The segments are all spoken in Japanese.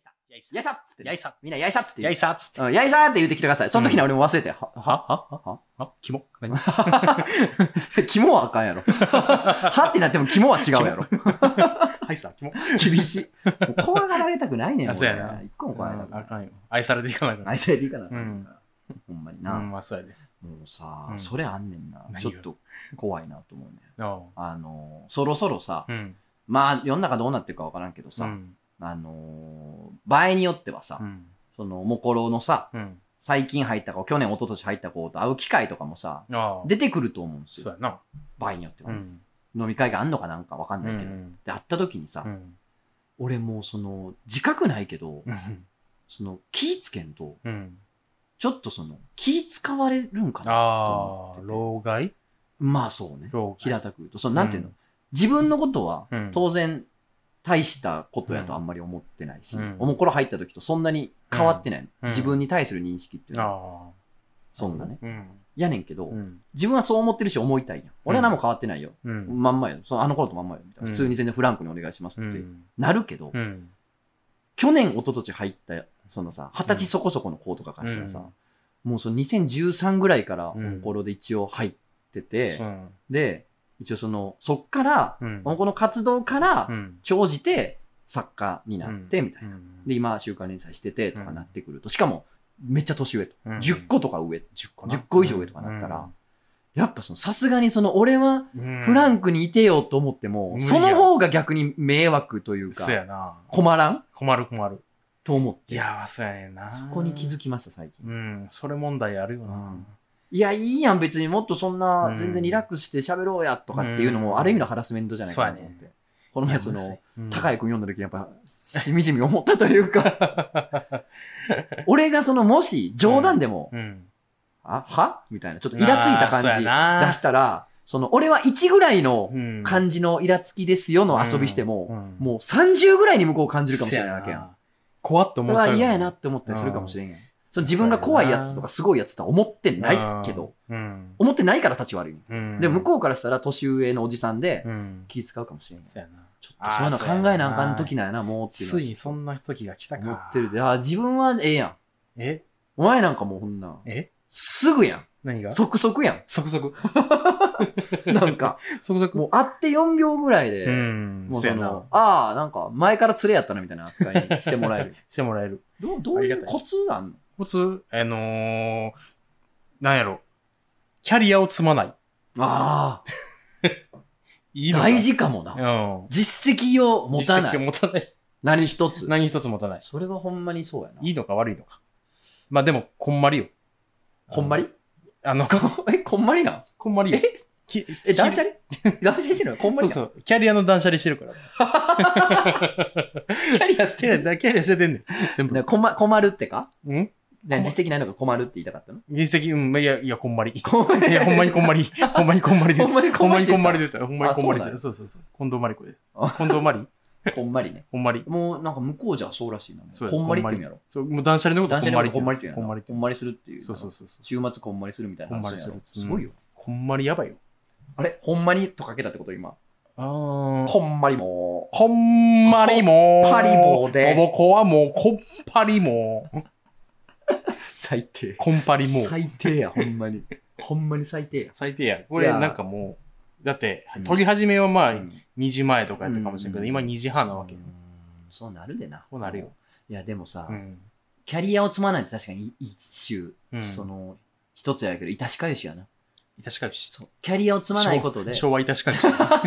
やいさっつって。 やいさ。 みんなやいさっつって。 やいさっつって。 やいさって言ってきてください。その時には俺も忘れて。はキモ何キモはあかんやろ。はってなってもキモは違うやろ。 はいさ、キモ。 厳しい。怖がられたくないねん。 あ、そうやな。 一個も怖がられたくない。 あかんよ。愛されていかないから。 愛されていかない。ほんまにな。 まあそうやで。 もうさ、それあんねんな。ちょっと怖いなと思うね。そろそろさ、まあ世の中どうなってるかわからんけどさ、場合によってはさ、そのもころのさ、最近入った子、去年一昨年入った子と会う機会とかもさ、出てくると思うんですよ。 そうやな。 場合によっては。飲み会があんのかなんかわかんないけど。で、会った時にさ、俺もうその、自覚ないけど、その、気ぃつけんと、ちょっとその、気使われるんかなと思って。 老害まあそうね。平たく言うと、その、なんていうの、自分のことは、当然、大したことやとあんまり思ってないし、おもころ入った時とそんなに変わってないの。自分に対する認識っていうのは。そんなね。やねんけど、自分はそう思ってるし思いたいやん。俺は何も変わってないよ。まんまよ。あの頃とまんまよ。普通に全然フランクにお願いしますってなるけど、去年、一昨年入った、そのさ、20歳そこそこの子とかからしたらさ、もうその2013ぐらいからおもころで一応入ってて、で、一応そっから、この活動から、長じて作家になって、みたいな。で、今、週刊連載してて、とかなってくると、しかも、めっちゃ年上と。10個とか上。10個以上上とかなったら、やっぱさすがに俺は、フランクにいてよと思っても、その方が逆に迷惑というか、困らん？ 困る。 と思って。 いや、そうやねんな。 そこに気づきました、最近。 それ問題あるよな。 いや、いいやん、別にもっとそんな、全然リラックスして喋ろうや、とかっていうのも、ある意味のハラスメントじゃないかなと思って。この前高井くん読んだ時やっぱ、しみじみ思ったというか、俺がもし、冗談でも、はみたいな、ちょっとイラついた感じ出したら、俺は1ぐらいの感じのイラつきですよの遊びしても、もう30ぐらいに向こう感じるかもしれないわけやん。 怖っと思っちゃう。 これは嫌やなって思ったりするかもしれんやん。自分が怖いやつとかすごいやつとは思ってないけど、思ってないから立ち悪い。でも向こうからしたら年上のおじさんで気使うかもしれん。ちょっとそういうの考えなあかん時なんやな、もうっていう。 ついにそんな時が来たか。 思ってるで。自分はええやん。お前なんかもうほんな。すぐやん。 何が即々やん。 即々。 なんか、 即々。 もう会って4秒ぐらいで、もうなんか前から連れやったなみたいな扱いにしてもらえる。 してもらえる。 どういうコツあんの？ コツなんやろ。キャリアを積まない。 ああ。大事かもな。実績を持たない。 実績を持たない。 何一つ持たない。 それはほんまにそうやな。 いいのか悪いのか。まあでも、こんまりよ。 こんまりこんまりなん？ こんまりよ。 断捨離してるの？こんまりなん？ そう。キャリアの断捨離してるから。 キャリア捨ててんねん。全部。 困るってか？ 実績ないのが困るって言いたかったの？ 実績、いや、こんまり。いや、ほんまにこんまり。ほんまにこんまりで。ほんまにこんまりで。ほんまにこんまりで。そう。近藤まりこで。近藤まりこんまりね。 こんまり。 もうなんか向こうじゃそうらしいな。こんまりって言うんやろ。 そう、もう断捨離のことこんまりって言うんやろ。 こんまりするっていう。 そう。週末こんまりするみたいな話やろ。すごいよ。 こんまりやばいよ。 あれほんまにとかけたってこと今。こんまりも。 こんまりも。 パリもで。 ボコはもう、こっぱりも。 最低。 こんぱりも。 最低や、ほんまに。ほんまに最低や。 最低や。これなんかもう、だって、撮り始めはまあ、2時前とかやったかもしれんけど、今2時半なわけよ。 そうなるでな。 そうなるよ。 いや、でもさ、キャリアを積まないって確かに一種、一つやけど、いたしかゆしやな。 いたしかゆし。 そう。キャリアを積まないことで。 昭和いたしかゆし。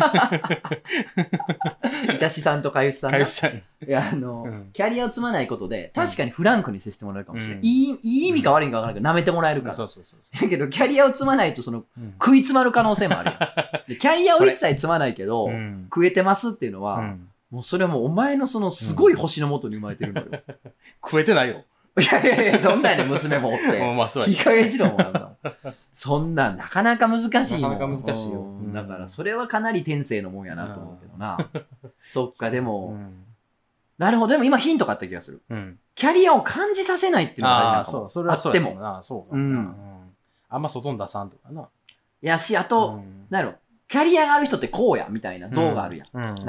いたしさんとかゆしさん。 かゆしさん。 いや、キャリアを積まないことで、確かにフランクに接してもらえるかもしれない。いい意味か悪い意味か分からないけど、舐めてもらえるから。 そう。 だけど、キャリアを積まないと、食い詰まる可能性もあるよ。キャリアを一切積まないけど、食えてますっていうのは、もうそれはもうお前のすごい星の元に生まれてるのよ。 食えてないよ。 いや、どんなやねん、娘もおって。 まあそうや。 いい加減しろ、もう。そんな、なかなか難しいもん。 なかなか難しいよ。 だから、それはかなり天性のもんやなと思うけどな。そっか、でも、なるほど。でも今ヒントがあった気がする。キャリアを感じさせないっていうのが大事なのかも。 それはそうあっても。 そう。あんま外に出さんとかな。 いやし、あと、なんやろ、キャリアがある人ってこうや、みたいな像があるやん。なんか、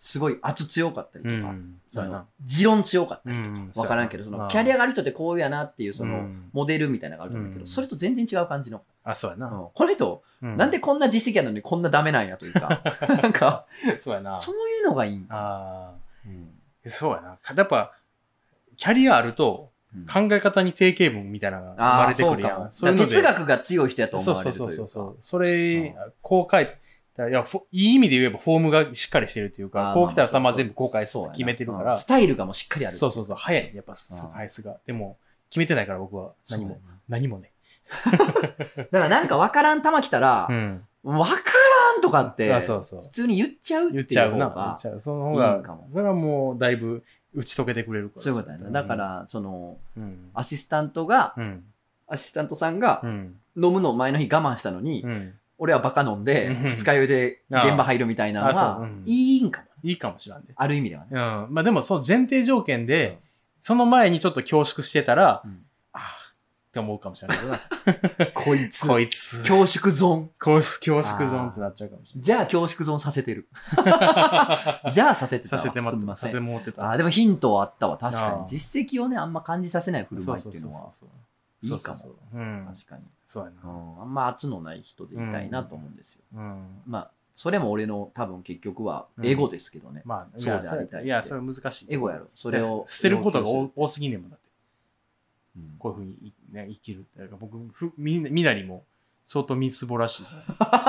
すごい圧強かったりとか、 そうやな。 持論強かったりとか、わからんけど、その、キャリアがある人ってこうやなっていう、その、モデルみたいなのがあると思うけど、それと全然違う感じの。 あ、そうやな。 この人、なんでこんな実績やのにこんなダメなんやというか、なんか、そうやな。そういうのがいいんか。 そうやな。やっぱ、キャリアあると、考え方に定型文みたいなのが生まれてくるやん。 そう哲学が強い人やと思われるというか。 そう。それ、こう書いて、いや、いい意味で言えばフォームがしっかりしてるっていうか、こう来たら球全部公開決めてるから。 スタイルがもうしっかりある。 そう。早い。やっぱ、速さが。でも、決めてないから僕は何もね。 だからなんか分からん球来たら、分からんとかって、普通に言っちゃうっていう方が。言っちゃう。その方が、それはもうだいぶ打ち解けてくれるから。 そういうことやな。だから、その、アシスタントさんが、飲むの前の日我慢したのに、俺はバカ飲んで、二日酔いで現場入るみたいなのは、いいんかも。 いいかもしれんね。 ある意味ではね。 まあでも、そう、前提条件で、その前にちょっと恐縮してたら、って思うかもしれないけどな。 こいつ。 恐縮損。 恐縮損ってなっちゃうかもしれない。 じゃあ恐縮損させてる。じゃあさせてたわ。すみません。 させもってた。 でもヒントはあったわ。確かに。実績をね、あんま感じさせない振る舞いっていうのは。いいかも。確かに。 そうやな。 あんま圧のない人でいたいなと思うんですよ。まあ、それも俺の多分結局はエゴですけどね。 まあ、 そうでありたい。 いや、それは難しい。 エゴやろ。それを。 捨てることが多すぎねえもんだって。こういうふうにね、生きる。だから僕、みなりも相当みすぼらしいじゃん。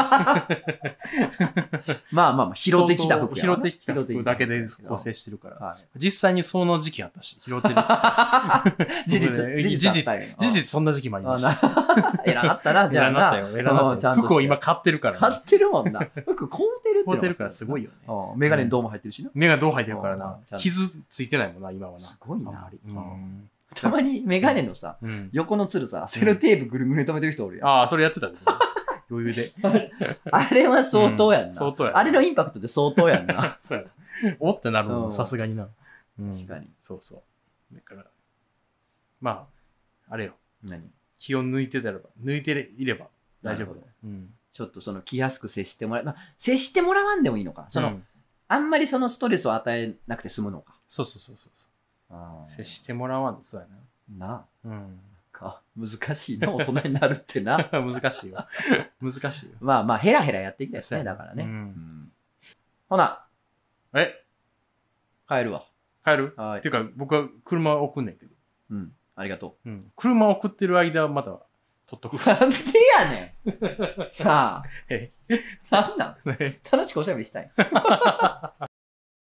まあ、拾ってきた服や拾ってきた服だけで構成してるから。実際にその時期あったし、拾ってる。事実そんな時期もありました。 偉かったな、じゃあな。 偉かったよ。服を今買ってるから。 買ってるもんな。服買うてるって。 買うてるからすごいよね。 メガネどうも入ってるしな。 メガネどう入ってるからな。傷ついてないもんな、今はな。 すごいな。たまにメガネのさ、横のつるさ、セロテープぐるぐる止めてる人おるやん。 ああ、それやってたね。余裕で。 あれは相当やんな。相当や。あれのインパクトで相当やんな。 そうやな。おってなるもん、さすがにな。 確かに。 そうそう。だから、まあ、あれよ。 何？ 気を抜いていれば大丈夫だよ。 ちょっとその気安く接してもらえ、接してもらわんでもいいのか。あんまりそのストレスを与えなくて済むのか。 そう。接してもらわんで、そうやな。難しいな、大人になるってな。 難しいよ。 まあ、ヘラヘラやっていきたいですね、だからね。ほな。帰るわ。 帰る？っていうか、僕は車送んねんけど。 ありがとう。車送ってる間はまだ取っとく。 なんでやねん。さあ。なんなん？楽しくおしゃべりしたい。